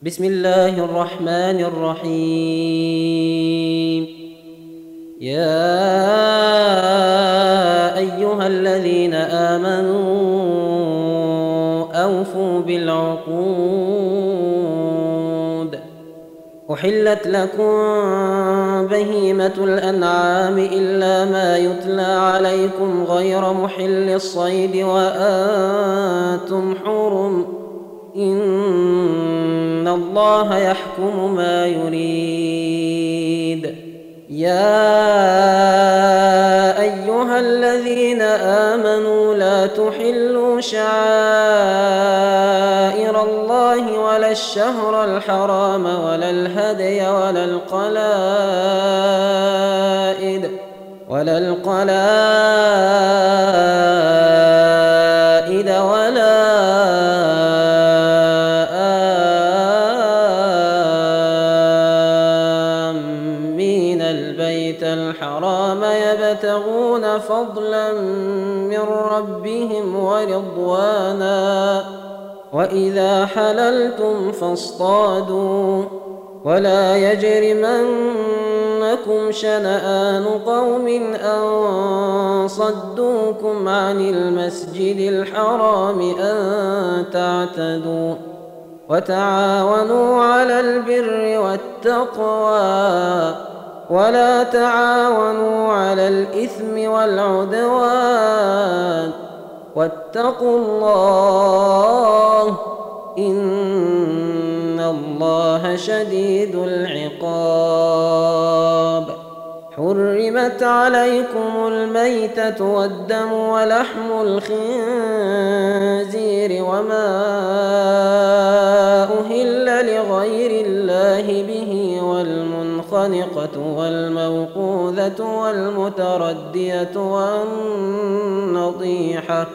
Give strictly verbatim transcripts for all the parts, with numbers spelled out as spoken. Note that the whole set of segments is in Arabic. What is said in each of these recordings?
بسم الله الرحمن الرحيم. يا أيها الذين آمنوا أوفوا بالعقود. أحلت لكم بهيمة الأنعام إلا ما يتلى عليكم غير محل الصيد وأنتم حرم، إن الله يحكم ما يريد. يا أيها الذين آمنوا لا تحلوا شعائر الله ولا الشهر الحرام ولا الهدي ولا القلائد ولا القلائد ولا آمين البيت الحرام يبتغون فضلا من ربهم ورضوانا، وإذا حللتم فاصطادوا، ولا يجرمنكم شنآن قوم أن صدوكم عن المسجد الحرام أن تعتدوا، وتعاونوا على البر والتقوى ولا تعاونوا على الإثم والعدوان، واتقوا الله إن الله شديد العقاب. حرمت عليكم الميتة والدم ولحم الخنزير وما أهل لغير الله به والمنخنقة والموقوذة والمتردية والنطيحة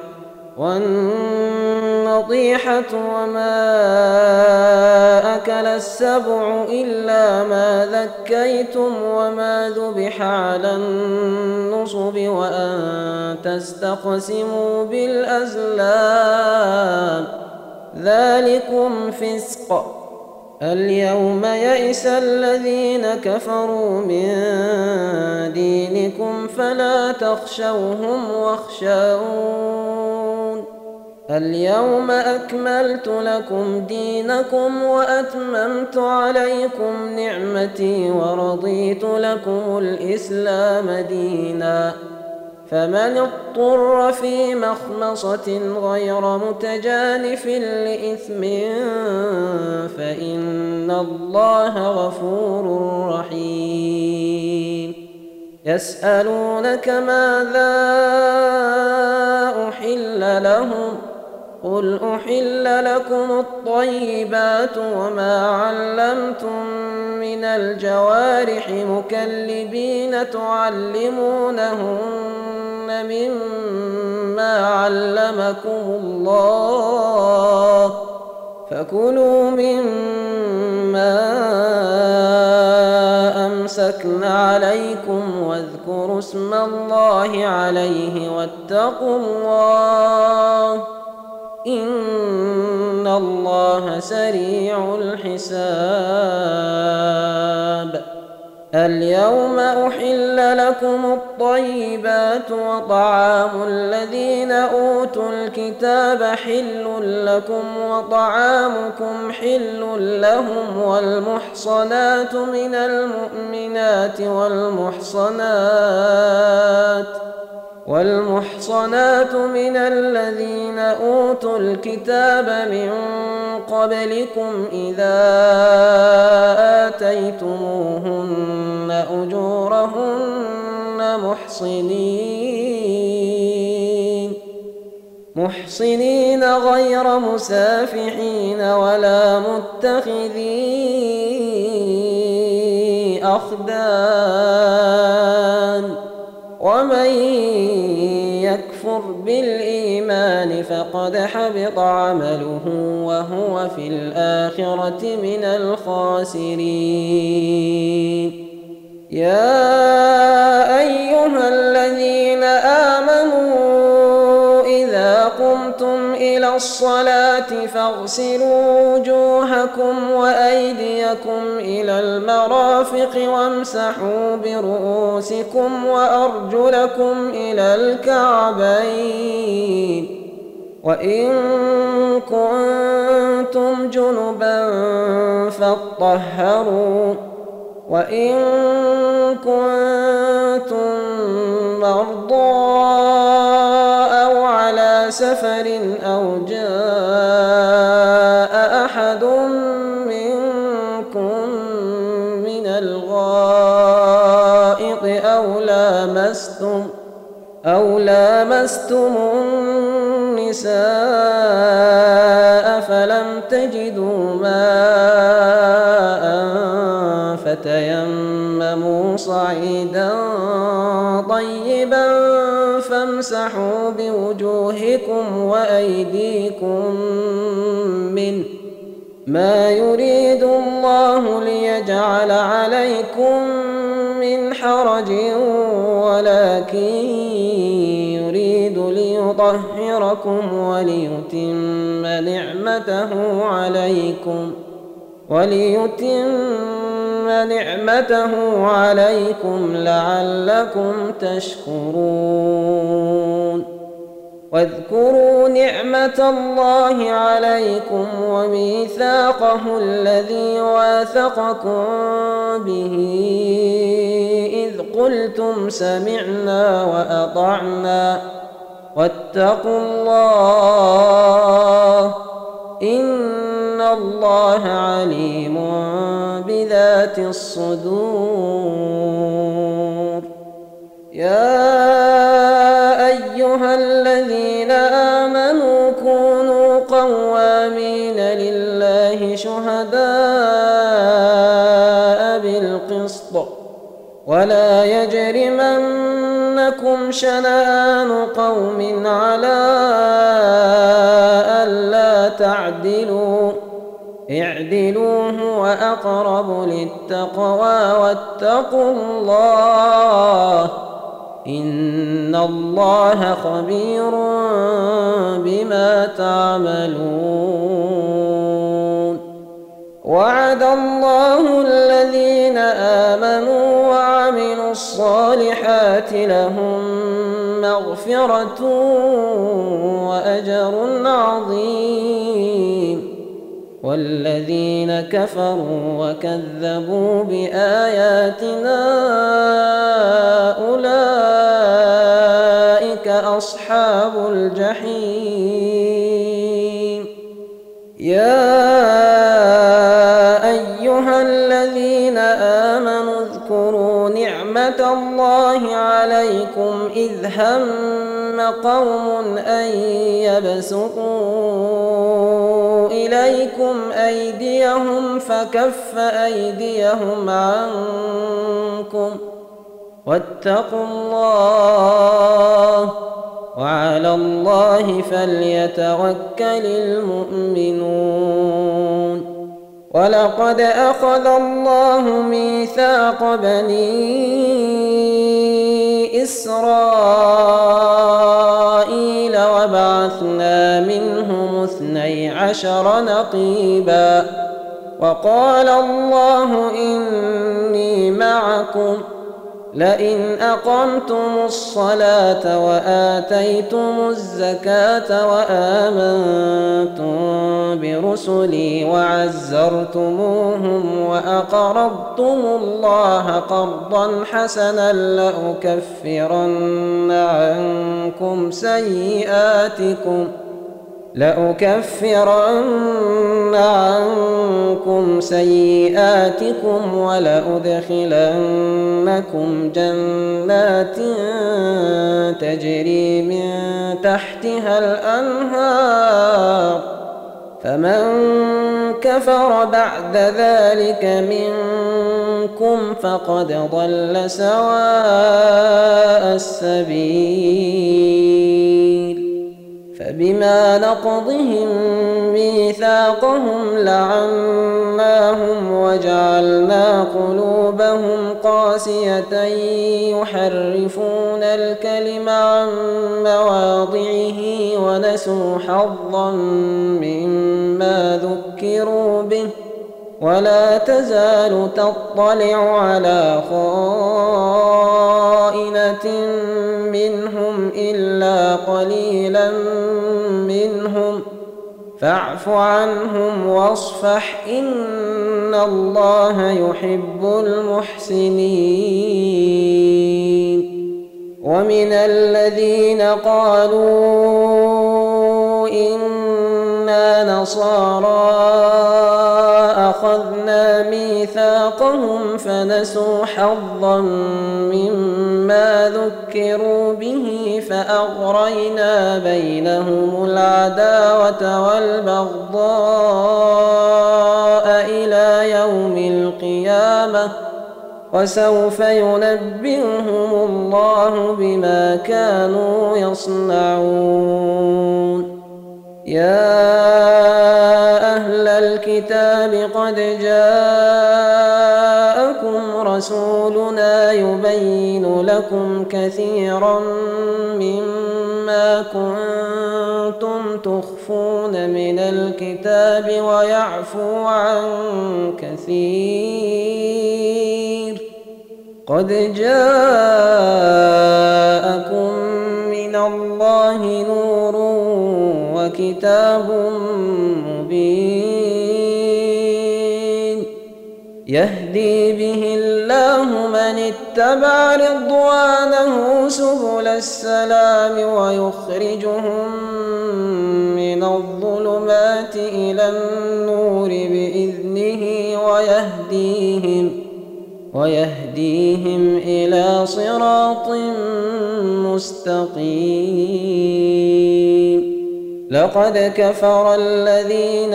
والنطيحة وما أكل السبع إلا ما ذكيتم وما ذبح على النصب وأن تستقسموا بالأزلام، ذلكم فسق. اليوم يئس الذين كفروا من دينكم فلا تخشوهم واخشون. اليوم أكملت لكم دينكم وأتممت عليكم نعمتي ورضيت لكم الإسلام دينا، فمن اضطر في مخمصة غير متجانف لإثم فإن الله غفور رحيم. يسألونك ماذا أحل لهم، قل أحل لكم الطيبات وما علمتم من الجوارح مكلبين تعلمونهن مما علمكم الله، فكلوا مما أمسكن عليكم واذكروا اسم الله عليه واتقوا الله إن الله سريع الحساب. اليوم أحل لكم الطيبات وطعام الذين أوتوا الكتاب حل لكم وطعامكم حل لهم، والمحصنات من المؤمنات والمحصنات والمحصنات من الذين أوتوا الكتاب من قبلكم إذا آتيتموهن أجورهن محصنين محصنين غير مسافحين ولا متخذي أخدان، ومن يكفر بالإيمان فقد حبط عمله وهو في الآخرة من الخاسرين. يا أيها الذين آمنوا إذا قمتم إلى الصلاة فاغسلوا وجوهكم وأيديكم إلى المرافق وامسحوا برؤوسكم وأرجلكم إلى الكعبين وإن كنتم جنبا فاطهروا وإن كنتم مرضى أو على سفر أو جاء أحد منكم من الغائط أو لامستم أو لامستم النساء فلم تجدوا ماء فتيمموا صعيدا طيبا فامسحوا بوجوهكم وأيديكم منه ما يريد الله ليجعل عليكم من حرج ولكن يريد ليطهركم وليتم نعمته عليكم وليتم نعمته عليكم لعلكم تشكرون واذكروا نعمة الله عليكم وميثاقه الذي واثقكم به إذ قلتم سمعنا وأطعنا واتقوا الله إن الله عليم بذات الصدور يا أيها الذين آمنوا كونوا قوامين لله شهداء بالقسط ولا يجرمنكم شنآن قوم على ألا تعدلوا اعدلوا هو أقرب للتقوى واتقوا الله إن الله خبير بما تعملون وعد الله الذين آمنوا وعملوا الصالحات لهم مغفرة وأجر عظيم والذين كفروا وكذبوا بآياتنا أولئك أصحاب الجحيم يا أيها الذين آمنوا اذكروا نعمة الله عليكم إذ هم قوم أن يبسطوا إليكم أيديهم فكف أيديهم عنكم واتقوا الله وعلى الله فليتوكل المؤمنون ولقد أخذ الله ميثاق بني إسرائيل وبعثنا منهم اثني عشر نقيبا وقال الله إني معكم لئن أقمتم الصلاة وآتيتم الزكاة وآمنتم برسلي وعزرتموهم وأقرضتم الله قرضا حسنا لأكفرن عنكم سيئاتكم لأكفرن عنكم سيئاتكم ولأدخلنكم جنات تجري من تحتها الأنهار فمن كفر بعد ذلك منكم فقد ضل سواء السبيل فبما نقضهم ميثاقهم لعناهم وجعلنا قلوبهم قاسية يحرفون الكلم عن مواضعه ونسوا حظا مما ذكروا به ولا تزال تطلع على خائنة منهم إلا قليلا منهم فاعف عنهم واصفح إن الله يحب المحسنين. ومن الذين قالوا إنا نصارى أخذنا ميثاقهم فنسوا حظا مما ذكروا به فأغرينا بينهم العداوة والبغضاء إلى يوم القيامة وسوف ينبئهم الله بما كانوا يصنعون. يا أهل الكتاب قد جاءكم رسولنا يبين لكم كثيرا مما كنتم تخفون من الكتاب ويعفو عن كثير. قد جاءكم من الله نور وكتاب مبين يهدي به الله من اتبع رضوانه سبل السلام ويخرجهم من الظلمات إلى النور بإذنه ويهديهم ويهديهم إلى صراط مستقيم. لقد كفر الذين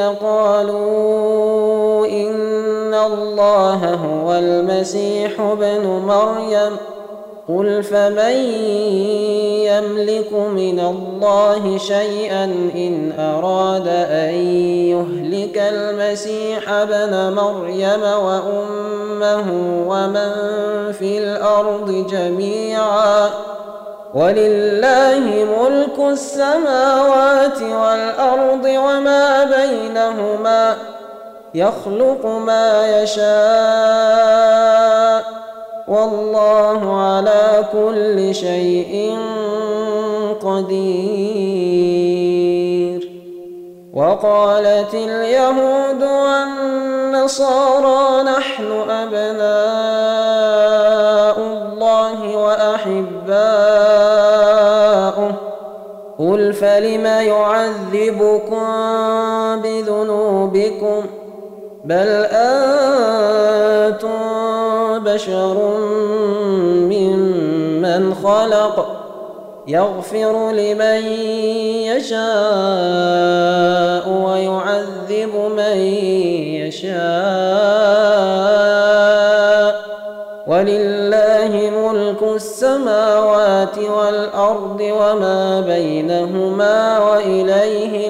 قالوا إن الله هو المسيح ابن مريم قل فمن يملك من الله شيئا إن أراد أن يهلك المسيح ابن مريم وأمه ومن في الأرض جميعا ولله ملك السماوات والأرض وما بينهما يخلق ما يشاء والله على كل شيء قدير. وقالت اليهود والنصارى نحن أبناء الله وأحباؤه قل فلم يعذبكم بذنوبكم بل أنتم بشر ممن خلق يغفر لمن يشاء ويعذب من يشاء ولله ملك السماوات والأرض وما بينهما وإليه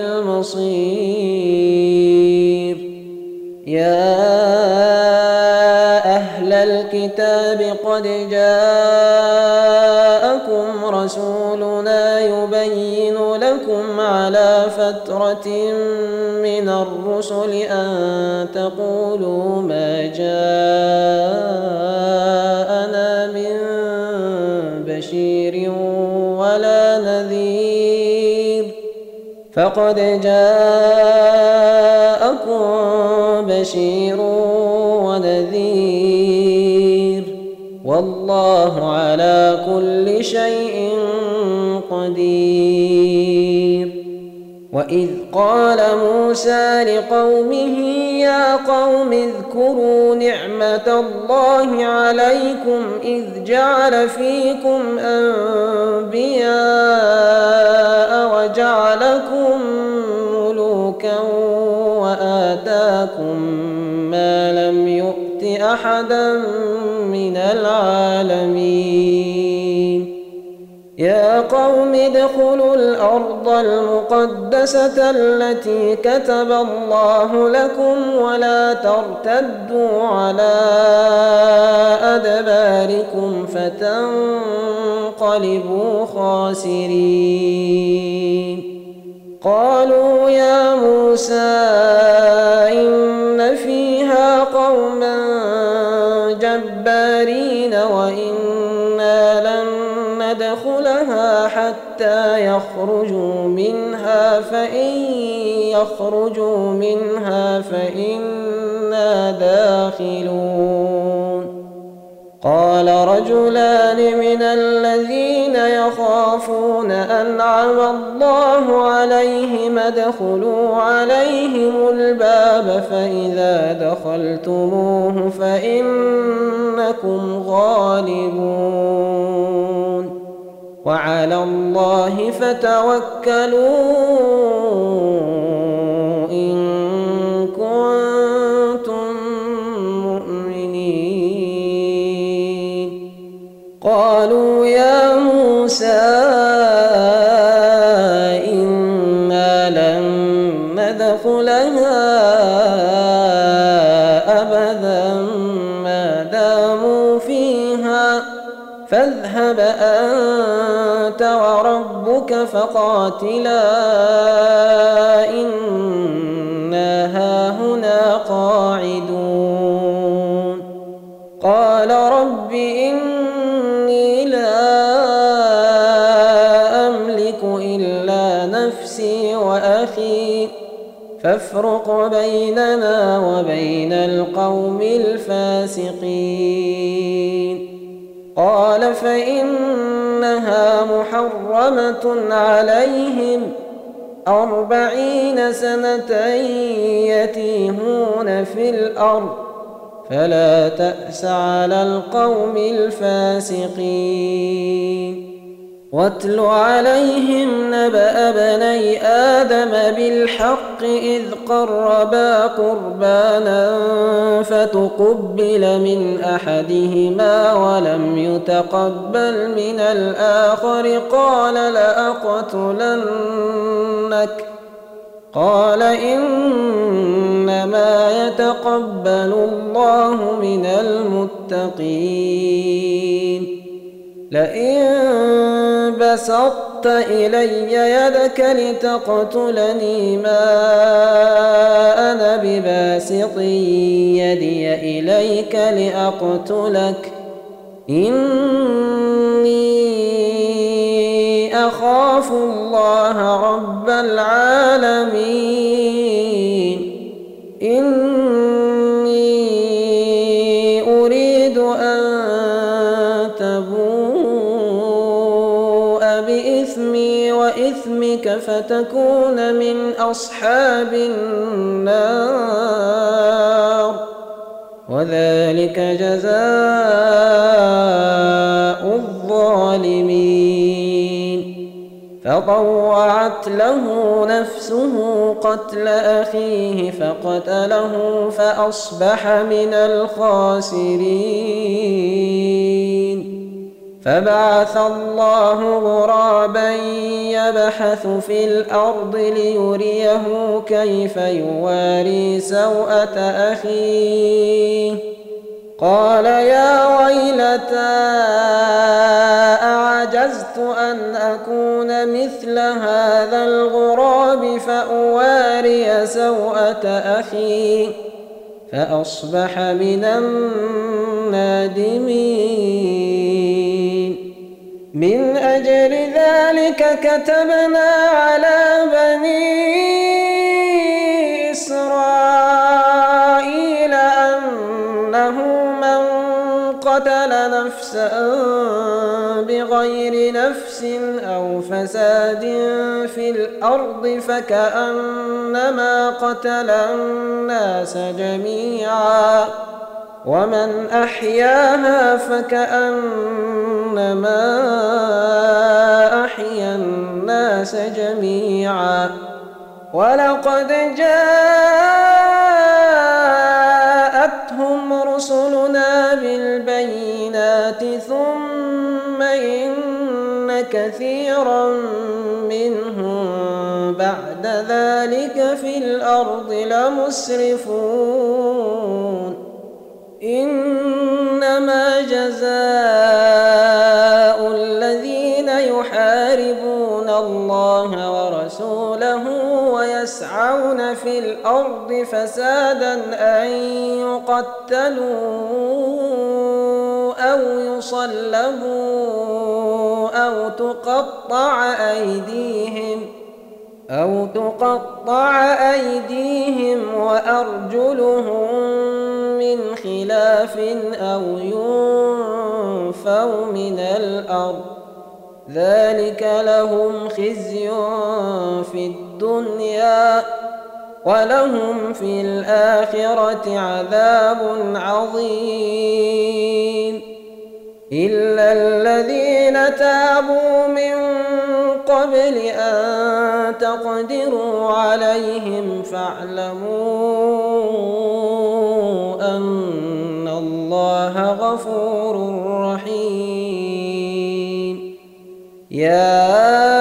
المصير. يا أهل الكتاب قد جاءكم رسولنا يبين لكم على فترة من الرسل أن تقولوا ما جاءنا من بشير ولا نذير فقد جاءكم بشير ونذير والله على كل شيء قدير. وإذ قال موسى لقومه يا قوم اذكروا نعمة الله عليكم إذ جعل فيكم أنبياء وجعلكم ملوكا وآتاكم ما لم يؤت أحدا من العالمين يا قوم ادخلوا الأرض المقدسة التي كتب الله لكم ولا ترتدوا على أدباركم فتنقلبوا خاسرين. قالوا يا موسى إن فيها قوما جبارين وإنا لن ندخلها حتى يخرجوا منها فإن يخرجوا منها فإنا داخلون. قال رجلان من الذين يخافون أنعم الله عليهم ادخلوا عليهم الباب فإذا دخلتموه فإنكم غالبون وعلى الله فتوكلوا إن كنتم مؤمنين. قالوا يا موسى إنا لن ندخلها أبدا ما داموا فيها فاذهب أنت وربك فقاتلا إنا هاهنا قاعدون. قال رب إني لا أملك إلا نفسي وأخي فافرق بيننا وبين القوم الفاسقين. قال فإنها محرمة عليهم أربعين سنة يتيهون في الأرض فلا تأس على القوم الفاسقين. واتل عليهم نبأ بني آدم بالحق إذ قربا قربانا فتقبل من أحدهما ولم يتقبل من الآخر قال لأقتلنك قال إنما يتقبل الله من المتقين. لئن بسطت إلي يدك لتقتلني ما أنا بباسط يدي إليك لأقتلك إني أخاف الله رب العالمين. إني أريد أن تبوء بإثمي وإثمك فتكون من أصحاب النار وذلك جزاء الظالمين. فطوعت له نفسه قتل أخيه فقتله فأصبح من الخاسرين. فبعث الله غرابا يبحث في الأرض ليريه كيف يواري سوءة أخيه. قال يا ويلتى أعجزت أن أكون مثل هذا الغراب فأواري سوءة أخي فأصبح من النادمين. من أجل ذلك كتبنا على بني إسرائيل أنه من قتل نفسا بغير نفس أو فساد في الأرض فكأنما قتل الناس جميعا ومن أحياها فكأنما أحيا الناس جميعا. ولقد جاءتهم رسلنا بالبينات ثم إن كثيرا منهم بعد ذلك في الأرض لمسرفون إنما جزاء الذين يحاربون الله ورسوله ويسعون في الأرض فسادا أن يقتلوا أو يصلبوا أو تقطع أيديهم أو تقطع أيديهم وأرجلهم من خلاف أو ينفوا من الأرض ذلك لهم خزي في الدنيا ولهم في الآخرة عذاب عظيم إلا الذين تابوا من قبل أن تقدروا عليهم فاعلموا أن الله غفور رحيم يا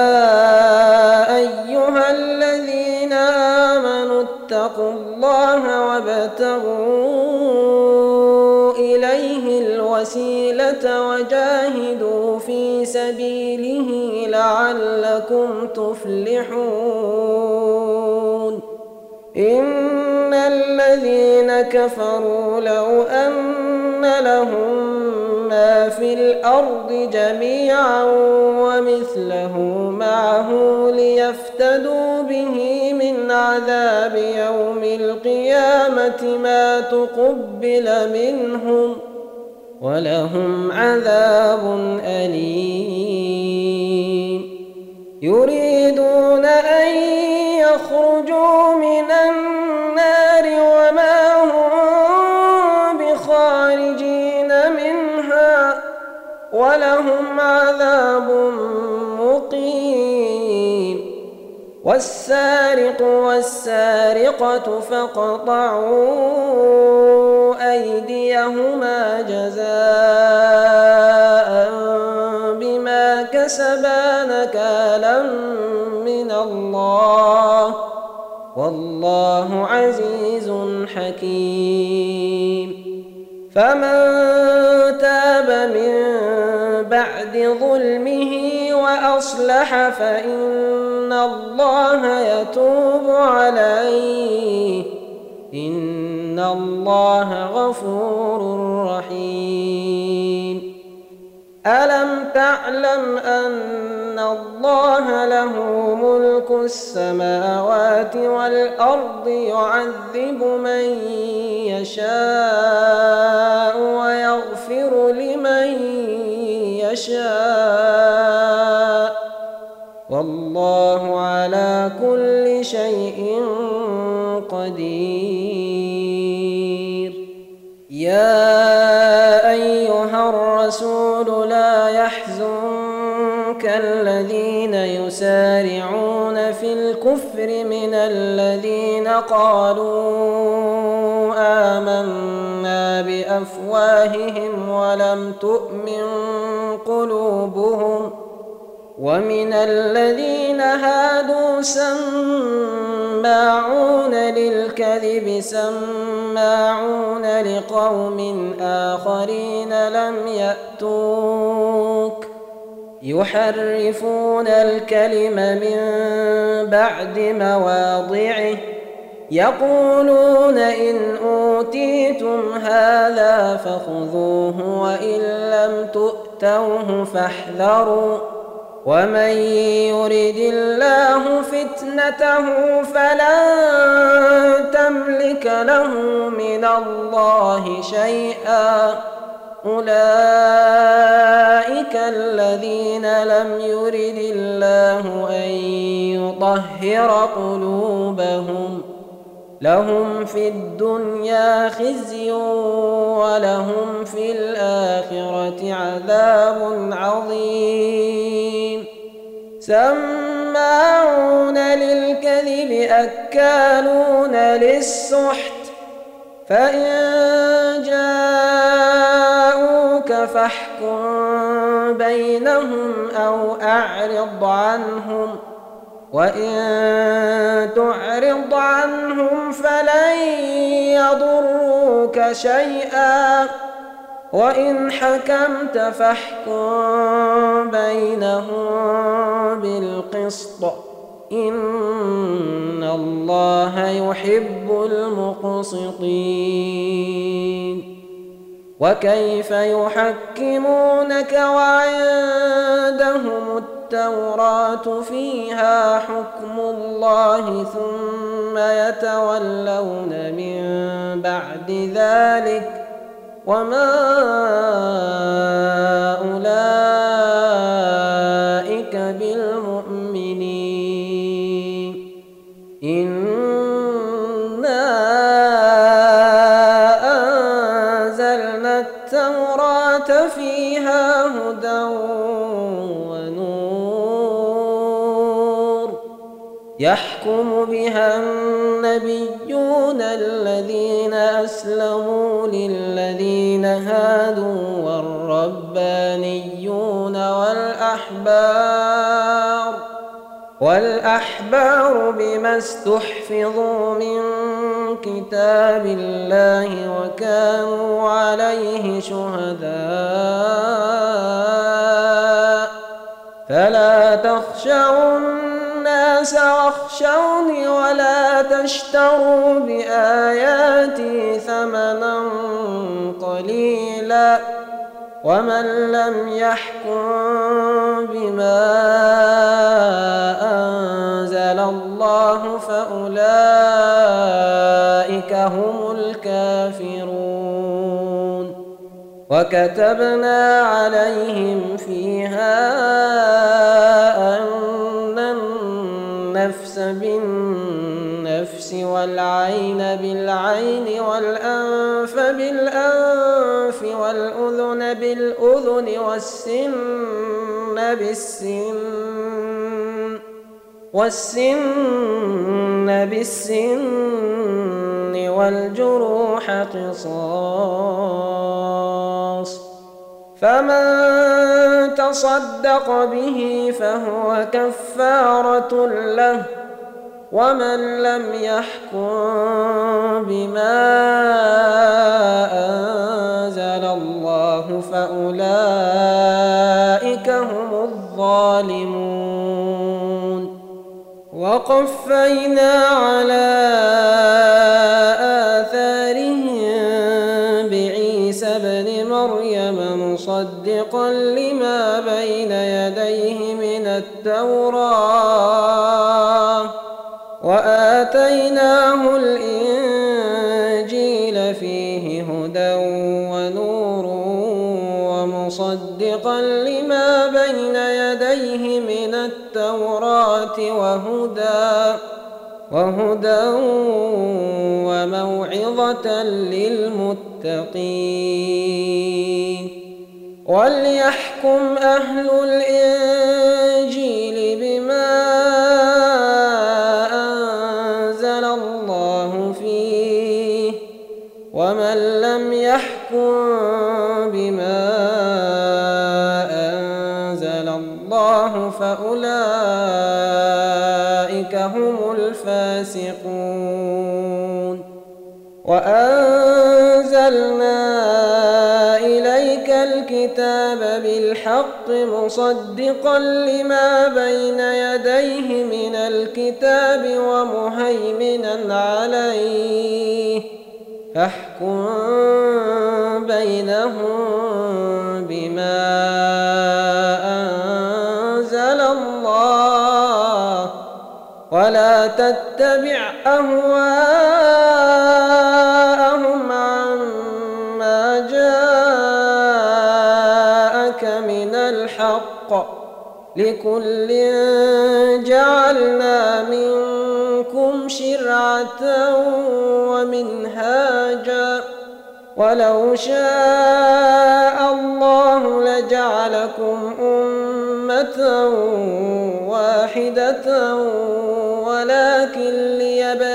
أيها الذين آمنوا اتقوا الله وابتغوا إليه الوسيلة وجاهدوا في سبيله لعلكم تفلحون إن الذين كفروا لو أن لهم ما في الأرض جميعا ومثله معه ليفتدوا به من عذاب يوم القيامة ما تقبل منهم ولهم عذاب أليم يريدون أن يخرجوا من النار وما هم بخارجين منها ولهم عذاب مقيم والسارق والسارقة فاقطعوا أيديهما جزاء بما كسبا نكالا من الله والله عزيز حكيم فمن تاب من بعد ظلمه وأصلح فإن الله يتوب عليه إن الله غفور رحيم ألم تعلم أن الله له ملك السماوات والأرض يعذب من يشاء ويغفر لمن يشاء والله على كل شيء قدير يا أيها الرسول لا يحزنك الذين يسارعون في الكفر من الذين قالوا آمنا بأفواههم ولم تؤمن قلوبهم ومن الذين هادوا سماعون للكذب سماعون لقوم آخرين لم يأتوك يحرفون الكلم من بعد مواضعه يقولون إن أوتيتم هذا فخذوه وإن لم تؤتوه فاحذروا ومن يرد الله فتنته فلن تملك له من الله شيئا أولئك الذين لم يرد الله أن يطهر قلوبهم لهم في الدنيا خزي ولهم في الآخرة عذاب عظيم سماعون للكذب أكالون للسحت فإن جاءوك فاحكم بينهم أو أعرض عنهم، وإن تعرض عنهم فلن يضروك شيئا، وإن حكمت فاحكم بينهم بالقسط، إن الله يحب المقسطين. وكيف يحكمونك وعندهم التوراة فيها حكم الله ثم يتولون من بعد ذلك، وما أولئك بالمؤمنين. إنا أنزلنا التوراة فيها هدى ونور، يحكم بها النبيون الذين أسلموا للذين هادوا والربانيون والأحبار والأحبار بما استحفظوا من كتاب الله وكانوا عليه شهداء، فلا تخشوا الناس واخشوني ولا تشتروا بآياتي ثمنا قليلا، ومن لم يحكم بما أنزل الله فأولئك هم الكافرون. وكتبنا عليهم فيها أن النفس بالنفس والعين بالعين والأنف بالأنف والأذن بالأذن والسن بالسن والسن بالسن والجروح قصاص، فمن تصدق به فهو كفارة له، ومن لم يحكم بما أنزل الله فأولئك هم الظالمون. وقفينا على آثارهم بعيسى ابن مريم مصدقا لما بين يديه من التوراة، وآتيناه الإنجيل فيه هدى ونور ومصدقا لما بين يديه من التوراة وهدى وهدى وموعظة للمتقين. وليحكم أهل الإنجيل بما أنزل الله فيه، ومن لم يحكم بما أنزل الله فأولئك هم الفاسقون. وأنزلنا إليك الكتاب بالحق مصدقا لما بين يديه من الكتاب ومهيمنا عليه، فاحكم بينهم بما أنزل الله، ولا تتبع أهواءهم عما جاءك من الحق، لكل جعلنا منكم شرعة ومنهاجا، ولو شاء الله لجعلكم أمة واحدة ولكن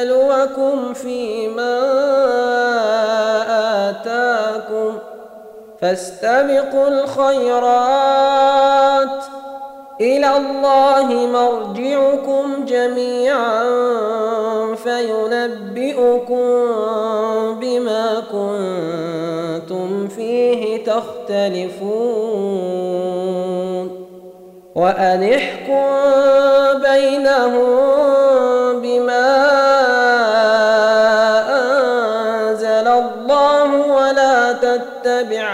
ليبلوكم فيما آتاكم، فاستبقوا الخيرات إلى الله مرجعكم جميعا فينبئكم بما كنتم فيه تختلفون وأن احكم بينهم بما أنزل الله ولا تتبع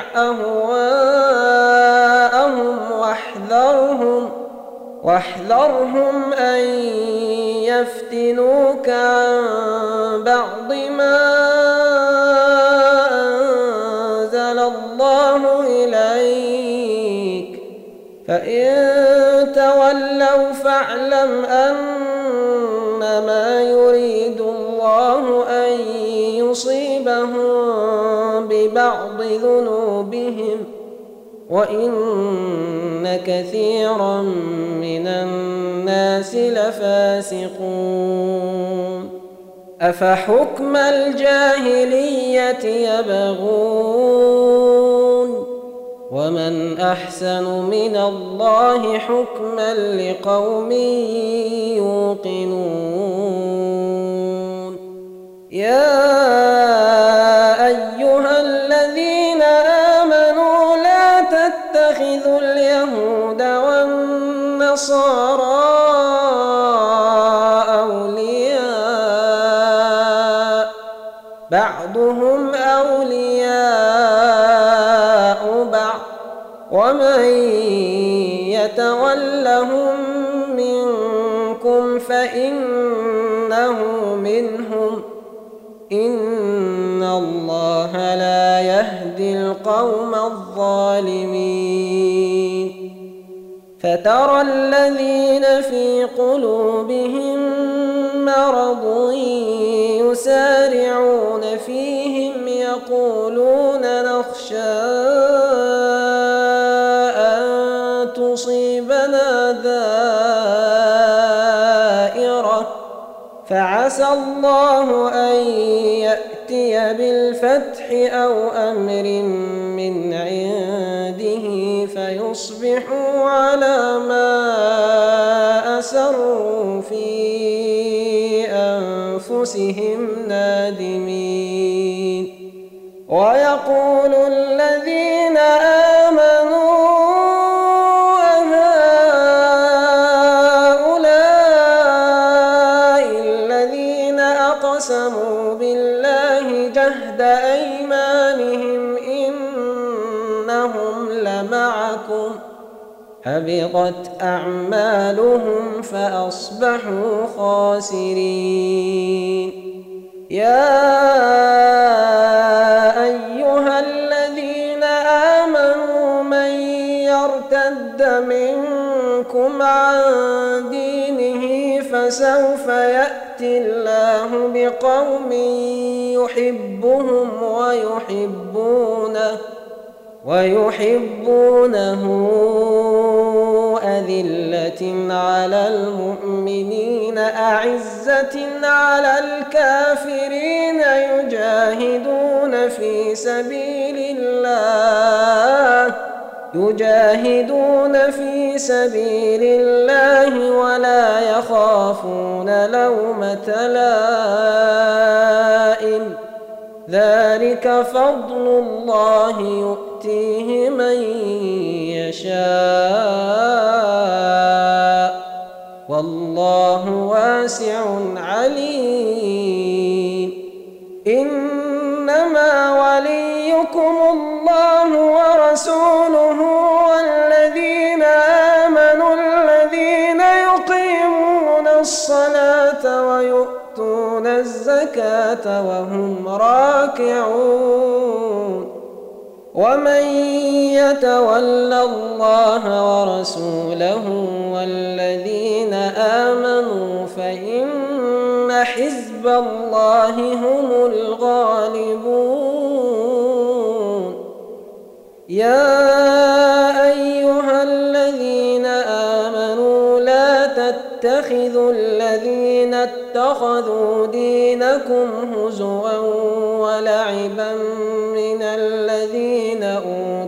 أهواءهم واحذرهم واحذرهم أن يفتنوك عن بعض ما أنزل الله إليك فإن تولوا فاعلم أنما يريد الله أن يصيبهم ببعض ذنوبهم وإن كثيرا من الناس لفاسقون أفحكم الجاهلية يبغون ومن أحسن من الله حكما لقوم يوقنون يا أيها الذين آمنوا لا تتخذوا اليهود والنصارى أولياء بعضهم أولياء بعض ومن يتولهم منكم فإنه منهم إن الله لا يهدي القوم الظالمين فترى الذين في قلوبهم مرض يسارعون فيهم يقولون نخشى أن تصيبنا دائرة فعسى الله أن يأتي بالفتح أو أمر من عنده فيصبحوا على ما أسروا في أنفسهم نادمين ويقول الذين آمنوا أقسموا بالله جهد أيمانهم إنهم لمعكم حبطت أعمالهم فأصبحوا خاسرين يا أيها الذين آمنوا من يرتد منكم عن دينه فسوف يأتي الله بقوم يحبهم ويحبونه ويحبونه أذلة على المؤمنين أعزة على الكافرين يجاهدون في سبيل الله يجاهدون في سبيل الله ولا يخافون لومة لائم ذلك فضل الله يؤتيه من يشاء والله واسع عليم إنما وليكم الله ورسوله والذين آمنوا الذين يقيمون الصلاة ويؤتون الزكاة وهم راكعون ومن يتول الله ورسوله والذين آمنوا فإن حزب الله هم الغالبون يا أيها الذين آمنوا لا تتخذوا الذين اتخذوا دينكم هزوا ولعبا من الذين أوتوا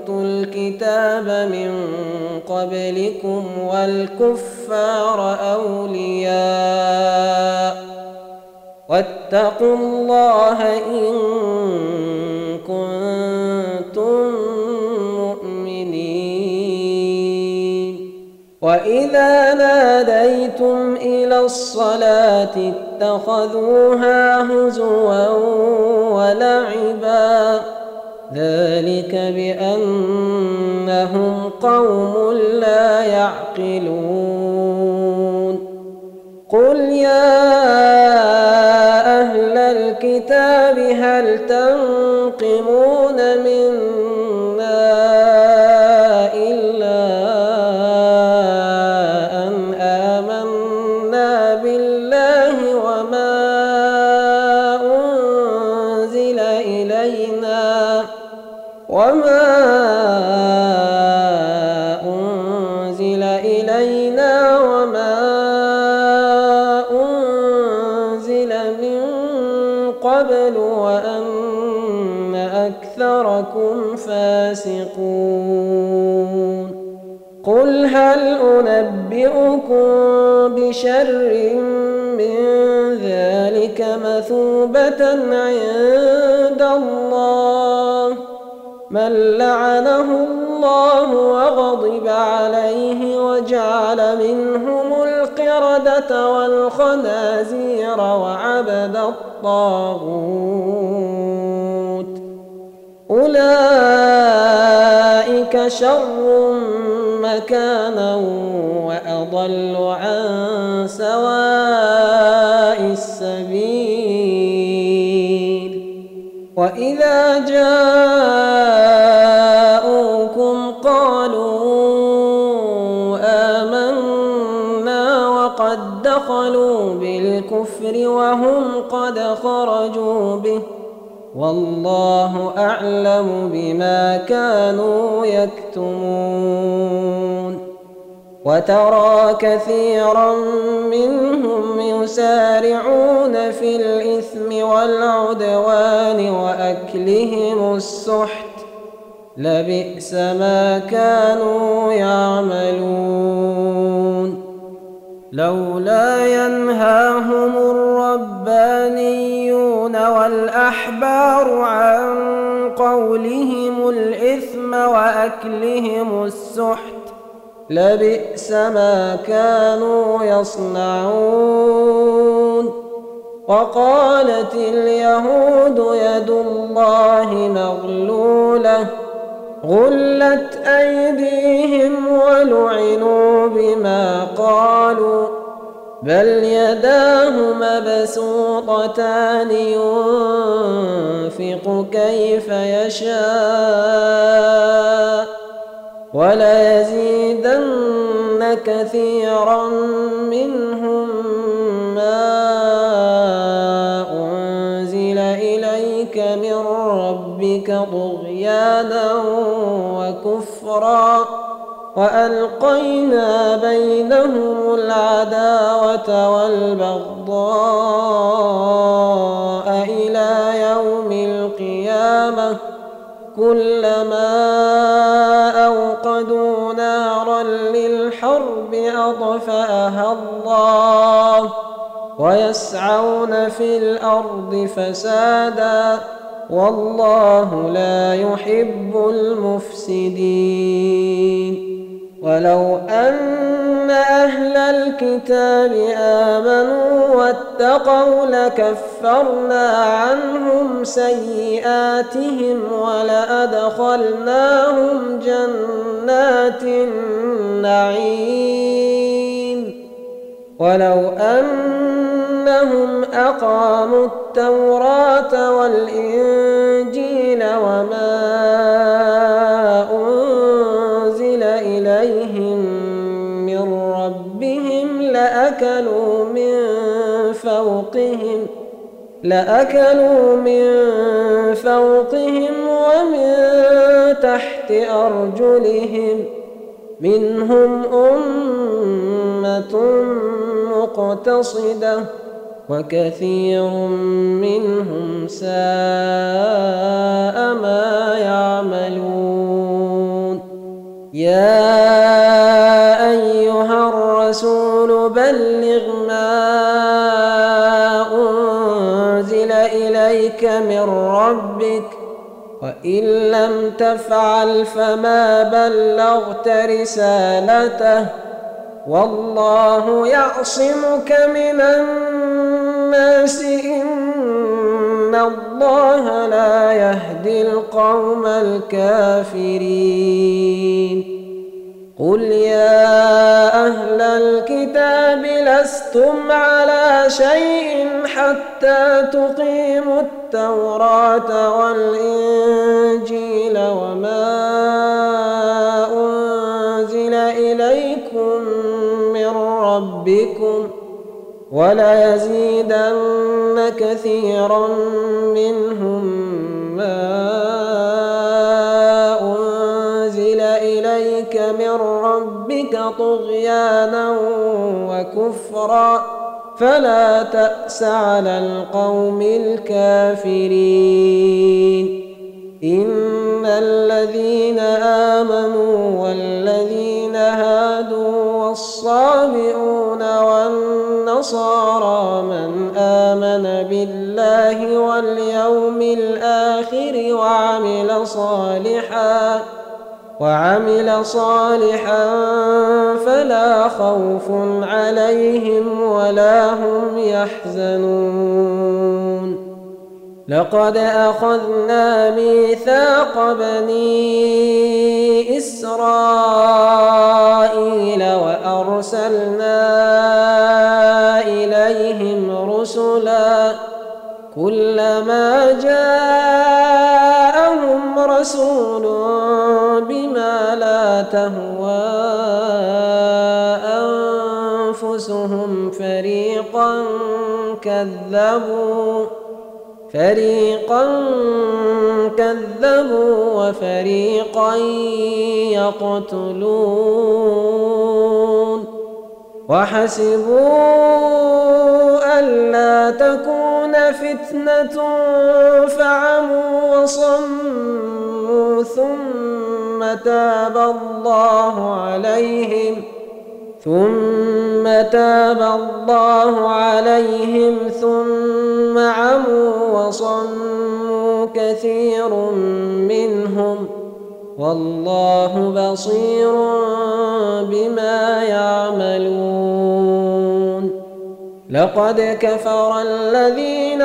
الكتاب من قبلكم والكفار أولياء واتقوا الله إن كنتم مؤمنين. وإذا ناديتم إلى الصلاة اتخذوها هزوا ولعبا ذلك بأنهم قوم لا يعقلون. قل يا أهل الكتاب هل تنقمون منا إلا أن آمنا بالله وما أنزل إلينا وما أنزل إلينا وما أنزل من قبل وأن أكثركم فاسقون. قل هل أنبئكم بشر من ذلك مثوبة عند الله من لعنه الله وغضب عليه وجعل منهم القردة والخنازير وعبد الطاغوت أولئك شر مكانا وأضل عن سواء السبيل. وإذا جاءوكم قالوا آمنا وقد دخلوا بالكفر وهم قد خرجوا به والله أعلم بما كانوا يكتمون. وترى كثيرا منهم يسارعون في الإثم والعدوان وأكلهم السحت لبئس ما كانوا يعملون. لولا ينهاهم الربانيون والأحبار عن قولهم الإثم وأكلهم السحت لبئس ما كانوا يصنعون. وقالت اليهود يد الله مغلولة غلت أيديهم ولعنوا بما قالوا بل يداه مبسوطتان ينفق كيف يشاء وليزيدن كثيرا منهم ما أنزل إليك من ربك طغيانا وكفرا وألقينا بينهم العداوة والبغضاء إلى يوم القيامة كلما أوقدوا نارا للحرب أطفأها الله ويسعون في الأرض فسادا والله لا يحب المفسدين. ولو أن أهل الكتاب آمنوا واتقوا لكفرنا عنهم سيئاتهم ولأدخلناهم جنات النعيم ولو أنهم أقاموا التوراة والإنجيل وما أنزل إليهم من ربهم لأكلوا من فوقهم لأكلوا من فوقهم ومن تحت أرجلهم منهم أمة مقتصدة وكثير منهم ساء ما يعملون. يا أيها الرسول بلغ ما أنزل إليك من ربك وإن لم تفعل فما بلغت رسالته والله يعصمك من الناس إن الله لا يهدي القوم الكافرين قل يا أهل الكتاب لستم على شيء حتى تقيموا التوراة والإنجيل وما أنزل إليكم من ربكم وليزيدن كثيرا منهم ما أنزل إليك من ربك طغيانا وكفرا فلا تأس على القوم الكافرين إن الذين آمنوا والذين هادوا والصابئون والنصارى من آمن بالله واليوم الآخر وعمل صالحا وعمل صالحا فلا خوف عليهم ولا هم يحزنون لقد أخذنا ميثاق بني إسرائيل وأرسلنا إليهم رسلا كلما جاءهم رسول بما لا تهوى أنفسهم فريقا كذبوا فريقا كذبوا وفريقا يقتلون وحسبوا ألا تكون فتنة فعموا وصموا ثم تاب الله عليهم ثم تاب الله عليهم ثم عموا وصموا كثير منهم والله بصير بما يعملون لقد كفر الذين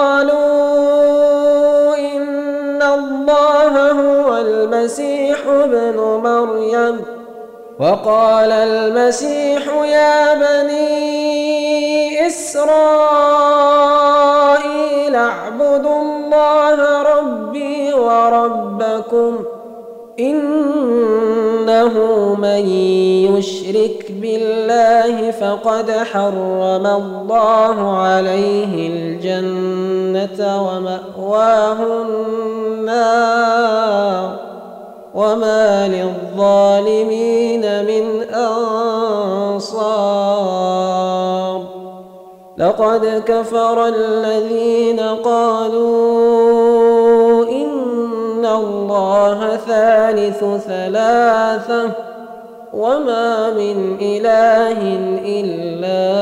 قالوا إن الله هو المسيح ابن مريم وقال المسيح يا بني إسرائيل اعبدوا الله ربي وربكم إنه من يشرك بالله فقد حرم الله عليه الجنة ومأواه النار وما للظالمين من أنصار لقد كفر الذين قالوا إن الله ثالث ثلاثة وما من إله إلا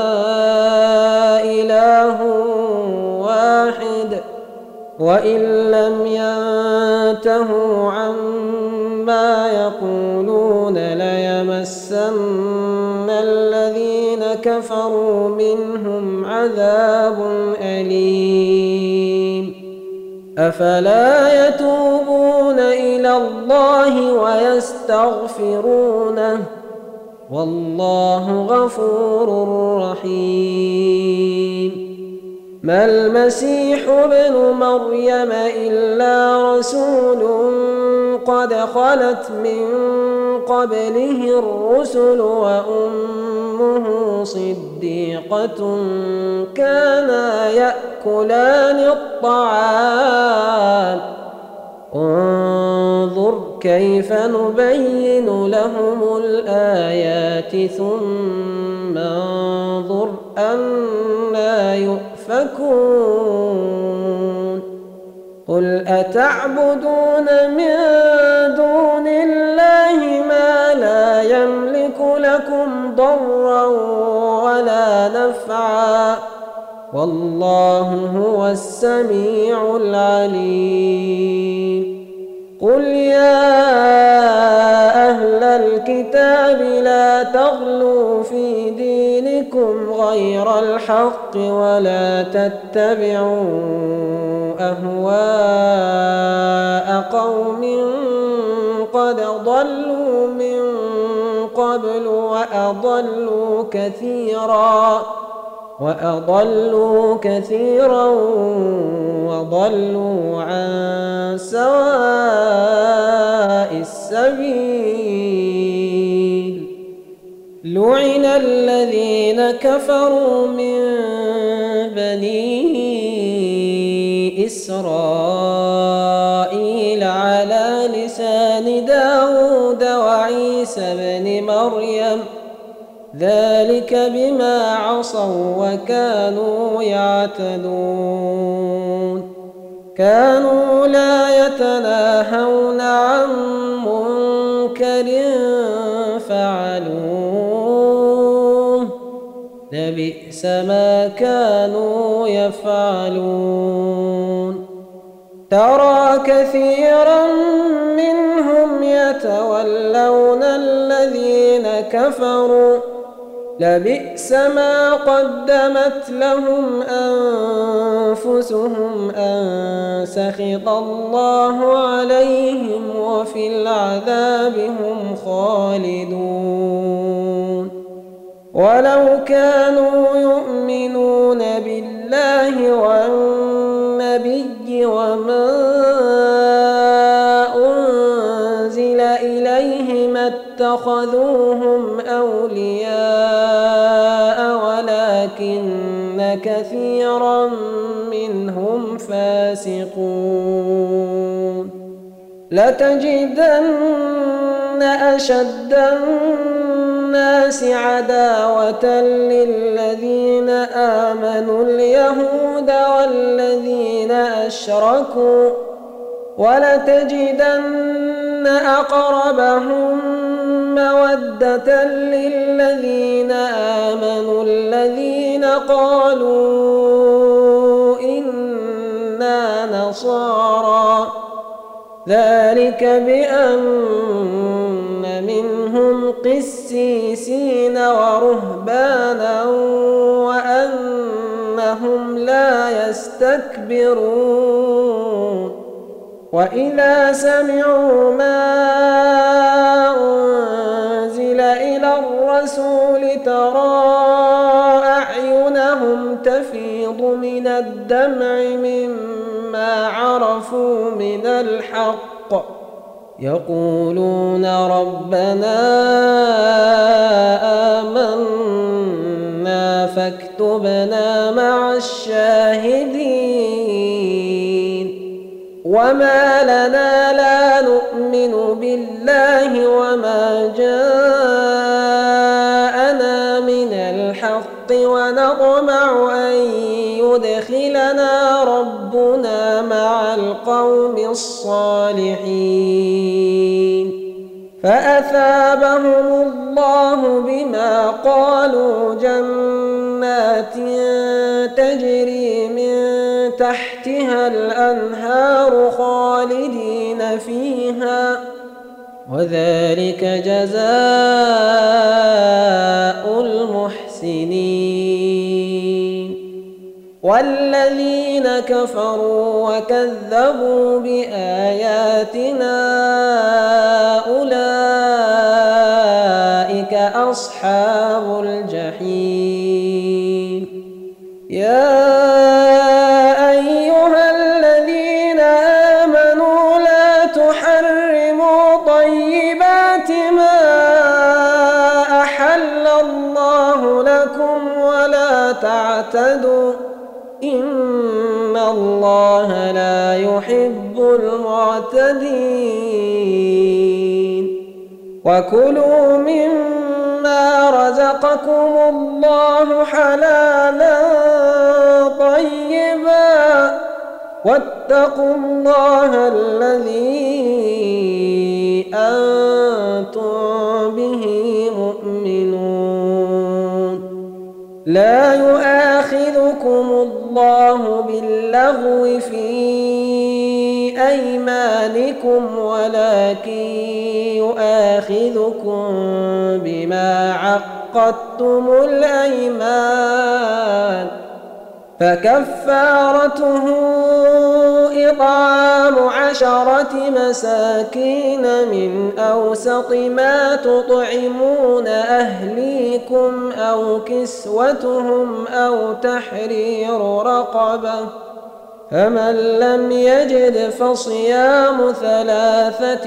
إله واحد وإن لم ينتهوا عما يقولون ليمسن الذين كفروا منهم عذاب أليم أفلا يتوبون إلى الله ويستغفرونه والله غفور رحيم ما المسيح ابن مريم إلا رسول قد خلت من قبله الرسل وأمه صديقة كانا يأكلان الطعام انظر كيف نبين لهم الآيات ثم انظر أنا يؤفكون قل أتعبدون من دون الله والله هو السميع العليم. قل يا أهل الكتاب لا تغلوا في دينكم غير الحق ولا تتبعوا أهواء قوم قد ضلوا من قبل وأضلوا كثيرا وأضلوا كثيرا وضلوا عن سواء السبيل. لعن الذين كفروا من بني إسرائيل على لسان داود وعيسى بن مريم ذلك بما عصوا وكانوا يعتدون. كانوا لا يتناهون عن منكر فعلوه لبئس ما كانوا يفعلون. ترى كثيرا منهم يتولون الذين كفروا لبئس ما قدمت لهم أنفسهم أن سخط الله عليهم وفي العذاب هم خالدون. ولو كانوا يؤمنون بالله والنبي وما أنزل إليه ما اتخذوهم أولياء ولكن كثيرا منهم فاسقون. لتجدن أشد الناس عداوة للذين آمنوا اليهود والذين أشركوا ولتجدن أقربهم مودة للذين آمنوا الذين قالوا إنا نصارى ذلك بأن منهم قسيسين ورهبانا وأنهم لا يستكبرون. وإذا سمعوا ما أنزل إلى الرسول ترى أعينهم تفيض من الدمع مما عرفوا من الحق يقولون ربنا آمنا فاكتبنا مع الشاهدين. وما لنا لا نؤمن بالله وما جاءنا من الحق ونطمع أن يدخلنا ربنا مع القوم الصالحين. فأثابهم الله بما قالوا جنات تجري من تحتها الأنهار خالدين فيها وذلك جزاء المحسنين. والذين كفروا وكذبوا بآياتنا أولئك أصحاب الجحيم. يا أيها الذين آمنوا لا تحرموا طيبات ما أحل الله لكم ولا تعتدوا إن الله لا يحب المعتدين. وكلوا مما رزقكم الله حلالا طيبا واتقوا الله الذي أنتم به مؤمنون. لا يؤاخذكم الله باللغو في أيمانكم ولكن يؤاخذكم بما عقدتم الأيمان فكفارته إطعام عشرة مساكين من أوسط ما تطعمون أهليكم أو كسوتهم أو تحرير رقبة فمن لم يجد فصيام ثلاثة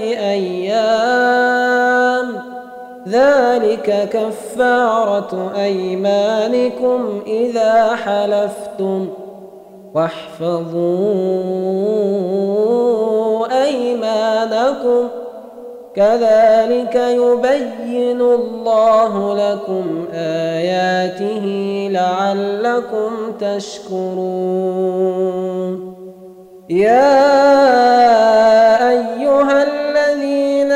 أيام ذلك كفارة أيمانكم إذا حلفتم واحفظوا أيمانكم كذلك يبين الله لكم آياته لعلكم تشكرون. يا أيها الذين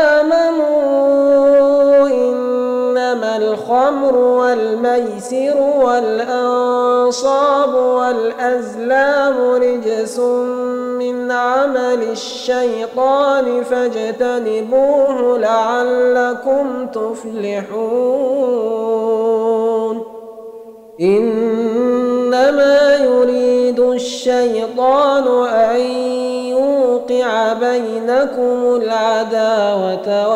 آمنوا إنما الخمر والميسر والأنصاب والأزلام رجس من عمل الشيطان فاجتنبوه لعلكم تفلحون. إنما يريد الشيطان أن يوقع بينكم العداوة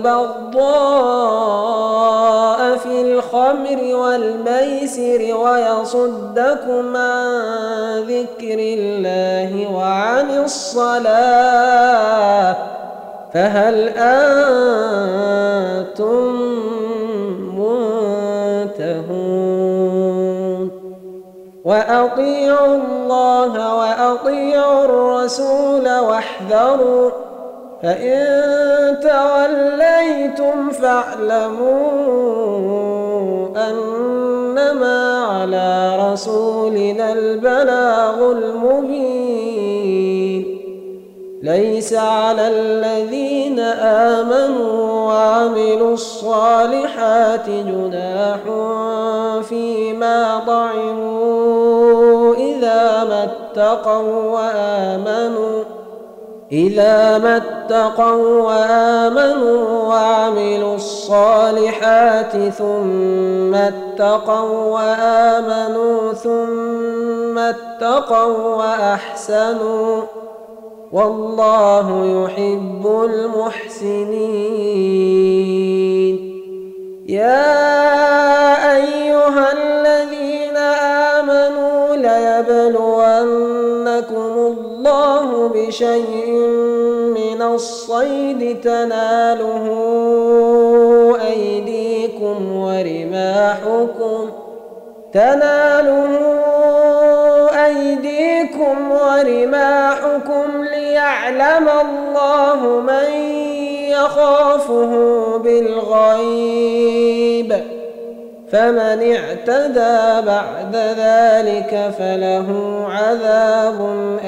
والبغضاء في الخمر والميسر ويصدكم عن ذكر الله وعن الصلاة فهل أنتم منتهون؟ وأطيعوا الله وأطيعوا الرسول واحذروا فإن توليتم فاعلموا أنما على رسولنا البلاغ المبين. ليس على الذين آمنوا وعملوا الصالحات جناح فيما طعموا إذا ما اتقوا وآمنوا إذا ما اتقوا وآمنوا وعملوا الصالحات ثم اتقوا وآمنوا ثم اتقوا وأحسنوا والله يحب المحسنين. يا أيها الذين آمنوا ليبلونكم الله بشيء من الصيد تناله أيديكم ورماحكم تناله أيديكم ورماحكم ليعلم الله من يخافه بالغيب فمن اعتدى بعد ذلك فله عذاب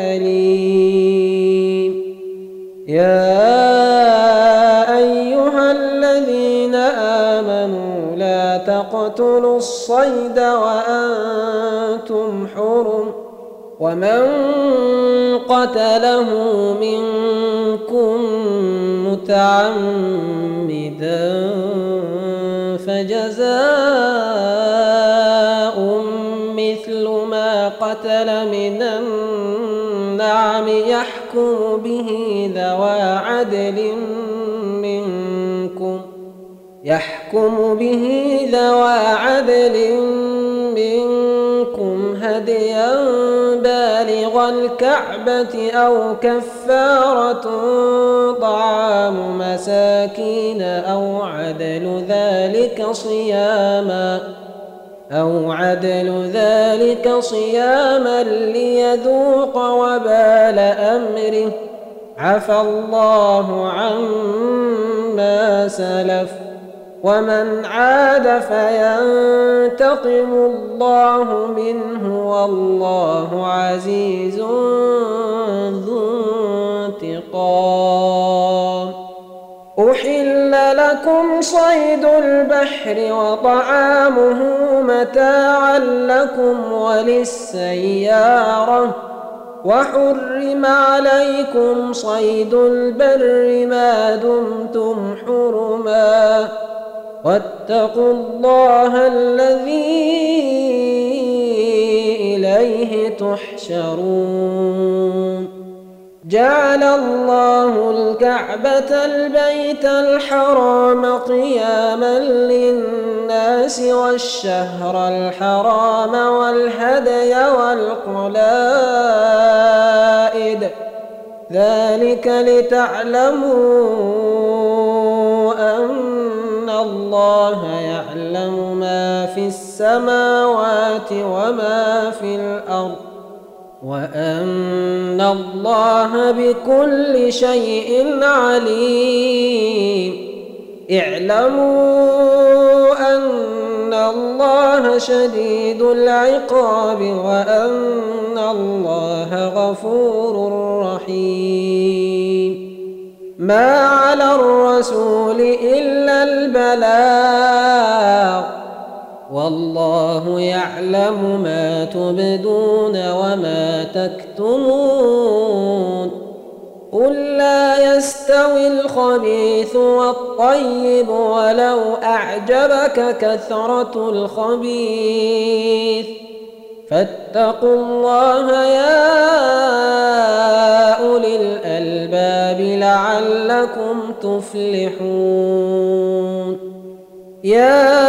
أليم. يا أيها الذين آمنوا لا تقتلوا الصيد وأنتم حرم ومن قتله منكم متعمدا فجزاء مثل ما قتل من النعم يحكم به ذوى عدل منكم يحكم به ذوى عدل منكم هديا بالغ الكعبة أو كفارة طعام مساكين أو عدل ذلك صياما أو عدل ذلك صياما ليذوق وبال أمره عفى الله عما سلف ومن عاد فينتقم الله منه والله عزيز ذو انتقام. أحل لكم صيد البحر وطعامه متاعا لكم وللسيارة وحرم عليكم صيد البر ما دمتم حرما واتقوا الله الذي إليه تحشرون جعل الله الكعبة البيت الحرام قياما للناس والشهر الحرام والهدي والقلائد ذلك لتعلموا أن الله يعلم ما في السماوات وما في الأرض وأن الله بكل شيء عليم اعلموا أن الله شديد العقاب وأن الله غفور رحيم ما على الرسول إلا البلاغ والله يعلم ما تبدون وما تكتمون قل لا يستوي الخبيث والطيب ولو أعجبك كثرة الخبيث فاتقوا الله يا أولي الألباب لعلكم تفلحون يا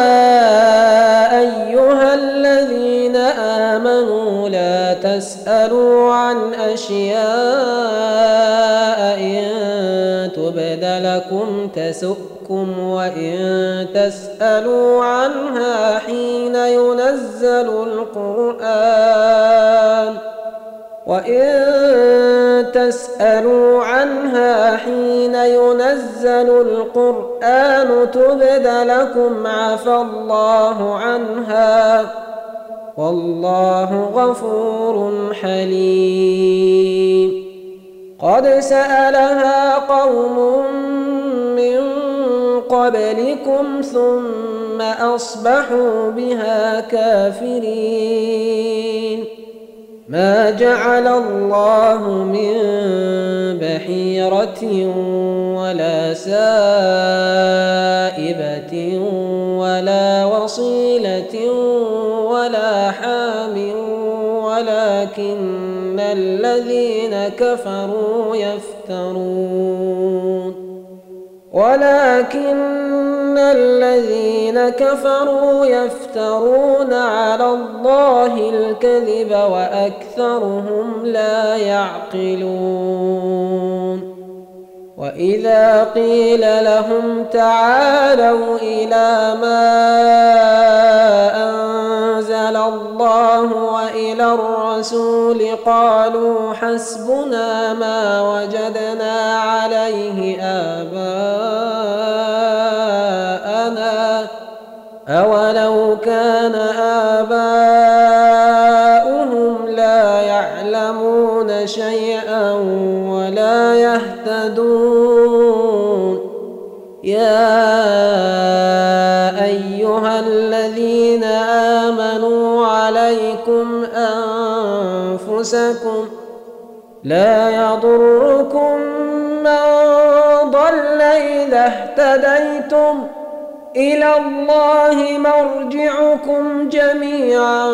أيها الذين آمنوا لا تسألوا عن أشياء إن تبد لكم تسؤكم وإن تسألوا عنها حين ينزل القرآن وإن تسألوا عنها حين ينزل القرآن تبد لكم عفى الله عنها والله غفور حليم قد سألها قوم من قبلكم ثم أصبحوا بها كافرين ما جعل الله من بحيرة ولا سائبة ولا وصيلة ولا حام ولكن الذين كفروا يفترون ولكن الذين كفروا يفترون على الله الكذب وأكثرهم لا يعقلون وإذا قيل لهم تعالوا إلى ما أنزل الله وإلى الرسول قالوا حسبنا ما وجدنا عليه آباءنا أولو كان آباؤهم لا يعلمون شيئا ولا يهتدون يا أيها الذين آمنوا عليكم أنفسكم لا يضركم من ضل إذا اهتديتم إلى الله مرجعكم جميعا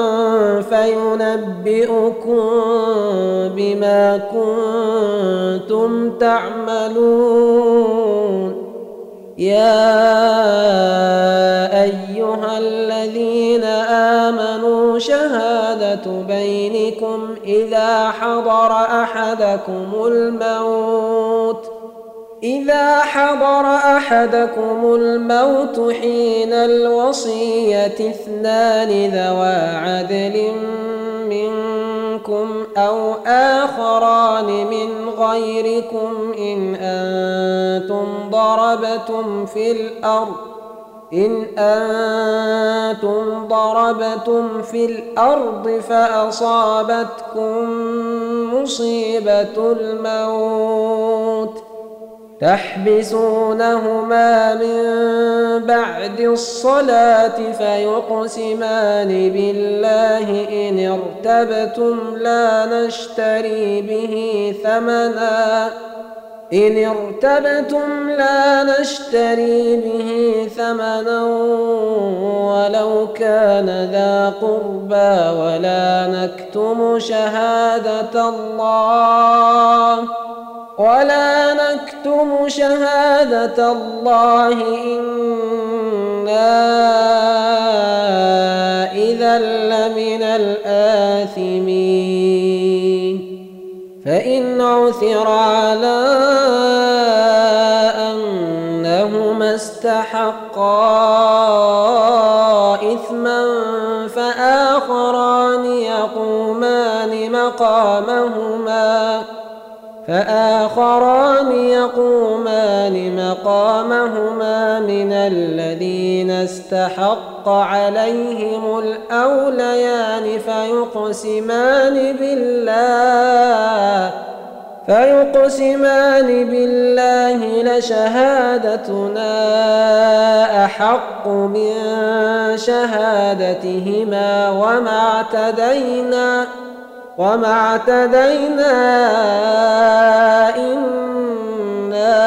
فينبئكم بما كنتم تعملون يا أيها الذين آمنوا شهادة بينكم إذا حضر أحدكم الموت إذا حضر أحدكم الموت حين الوصية اثنان ذوى عدل منكم أو آخران من غيركم إن أنتم ضربتم في الأرض إن أنتم ضربتم في الأرض فأصابتكم مصيبة الموت تحبسونهما من بعد الصلاة فيقسمان بالله إن ارتبتم لا نشتري به ثمنا إن ارتبتم لا نشتري به ثمنا ولو كان ذا قربى ولا نكتم شهادة الله ولا نكتم شهادة الله إنا إذا لمن الآثمين فإن عثر على أنهما استحقا إثما فآخران يقومان مقامهما فآخران يقومان مقامهما من الذين استحق عليهم الأوليان فيقسمان بالله فيقسمان بالله لشهادتنا أحق من شهادتهما وما اعتدينا وما اعتدينا إنا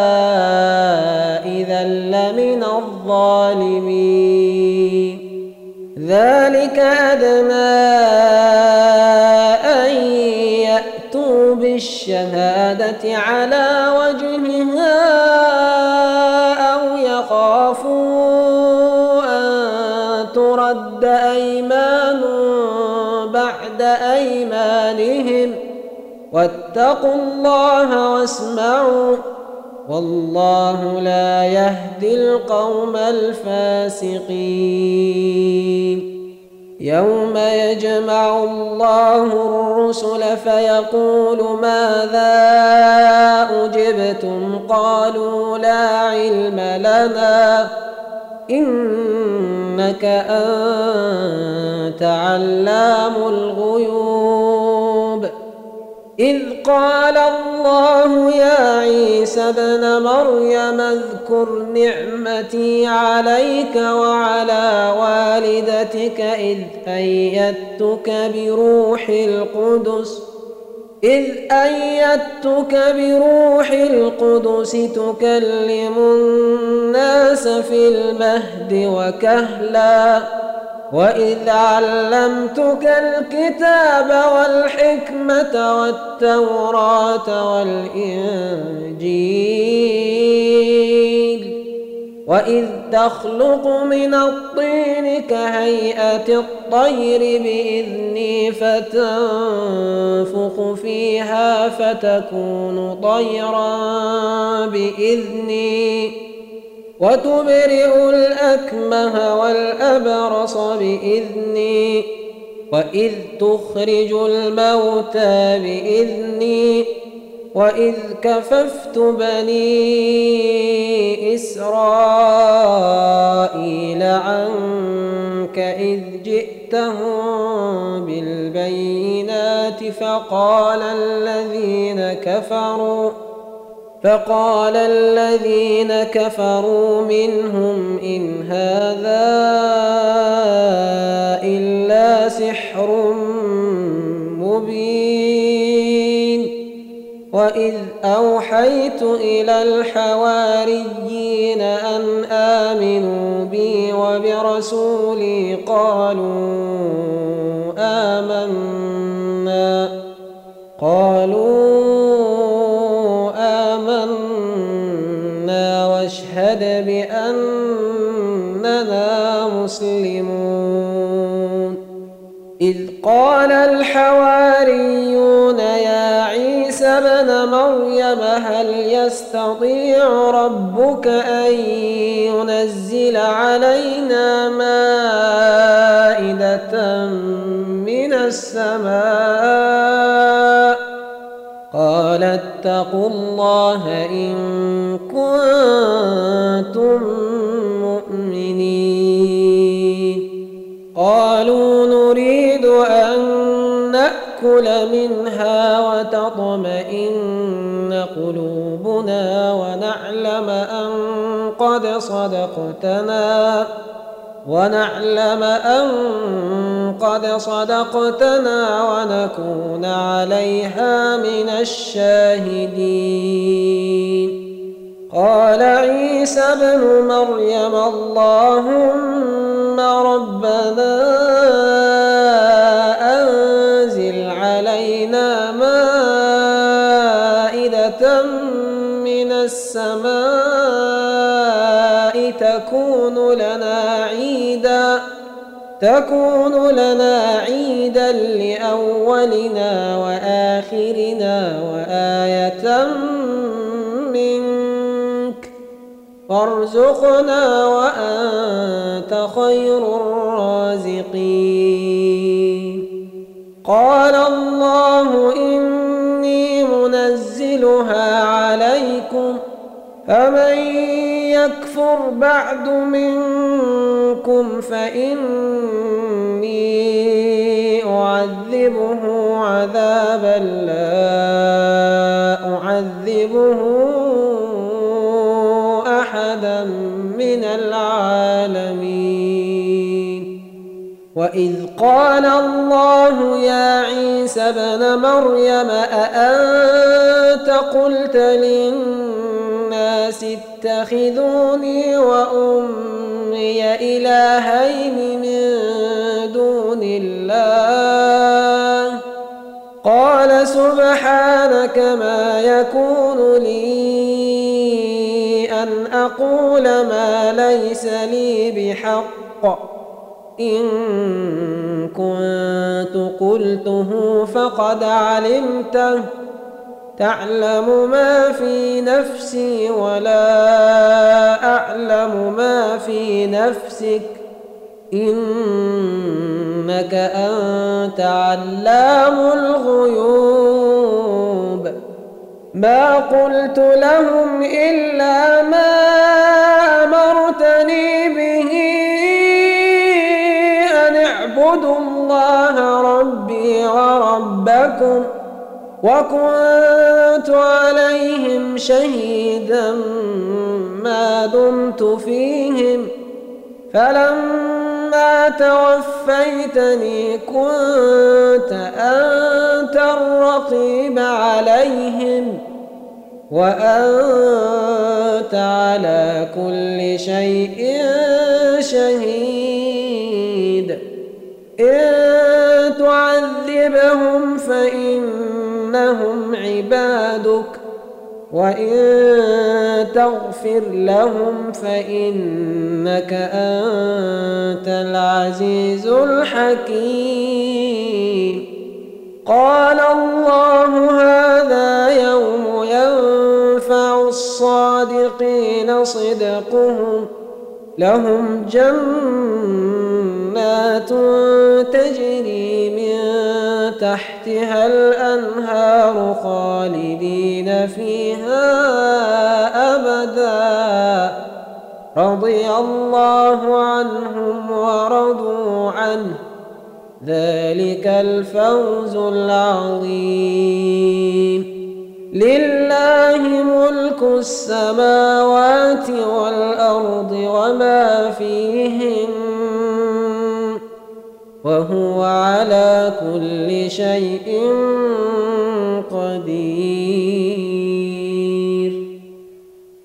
إذا لمن الظالمين ذلك أدنى أن يأتوا بالشهادة على وجهها أو يخافوا أن ترد أيمان بعد أيمانهم واتقوا الله واسمعوا والله لا يهدي القوم الفاسقين يوم يجمع الله الرسل فيقول ماذا أجبتم قالوا لا علم لنا إنك أنت علام الغيوب إذ قال الله يا عيسى ابن مريم اذكر نعمتي عليك وعلى والدتك إذ أيدتك بروح القدس إذ أيدتك بروح القدس تكلم الناس في المهد وكهلا وإذ علمتك الكتاب والحكمة والتوراة والإنجيل وإذ تخلق من الطين كهيئة الطير بإذني فتنفخ فيها فتكون طيرا بإذني وتبرئ الأكمه والأبرص بإذني وإذ تخرج الموتى بإذني وإذ كففت بني إسرائيل عنك إذ جئتهم بالبينات فقال الذين كفروا فقال الذين كفروا منهم إن هذا إلا سحر مبين وإذ أوحيت إلى الحواريين أن آمنوا بي وبرسولي قالوا آمنا قالوا واشهد بأننا مسلمون إذ قال الحواريون يا عيسى ابن مريم هل يستطيع ربك أن ينزل علينا مائدة من السماء قال اتقوا الله إن كنتم مؤمنين قالوا نريد أن نأكل منها وتطمئن قلوبنا تكذبنا ونعلم أن قد صدقتنا ونعلم أن قد صدقتنا ونكون عليها من الشاهدين. قال عيسى ابن مريم اللهم ربنا أنزل علينا مائدة من السماء تكون لنا عيدا تكون لنا عيدا لأولنا وآخرنا وآية منك وارزقنا وأنت خير الرازقين. قال الله إني منزلها عليكم فمن يكفر بعد منكم فإني أعذبه عذابا لا أعذبه أحدا من العالمين. وإذ قال الله يا عيسى ابن مريم أأنت قلت للناس اتخذوني وأمي إلهين من دون الله قال سبحانك ما يكون لي أن أقول ما ليس لي بحق إن كنت قلته فقد علمته تعلم ما في نفسي ولا أعلم ما في نفسك إنك أنت علام الغيوب. ما قلت لهم إلا ما أمرتني به أن اعبدوا الله ربي وربكم وكنت عليهم شهيدا ما دمت فيهم فلما توفيتني كنت أنت الرقيب عليهم وأنت على كل شيء شهيد. إن تعذبهم فإنهم عبادك وإن تغفر لهم فإنك أنت العزيز الحكيم. قال الله هذا يوم ينفع الصادقين صدقهم لهم جنات تجري من تحتها الأنهار خالدين فيها أبدا رضي الله عنهم ورضوا عنه ذلك الفوز العظيم. لله ملك السماوات والأرض وما فيهن وهو على كل شيء قدير.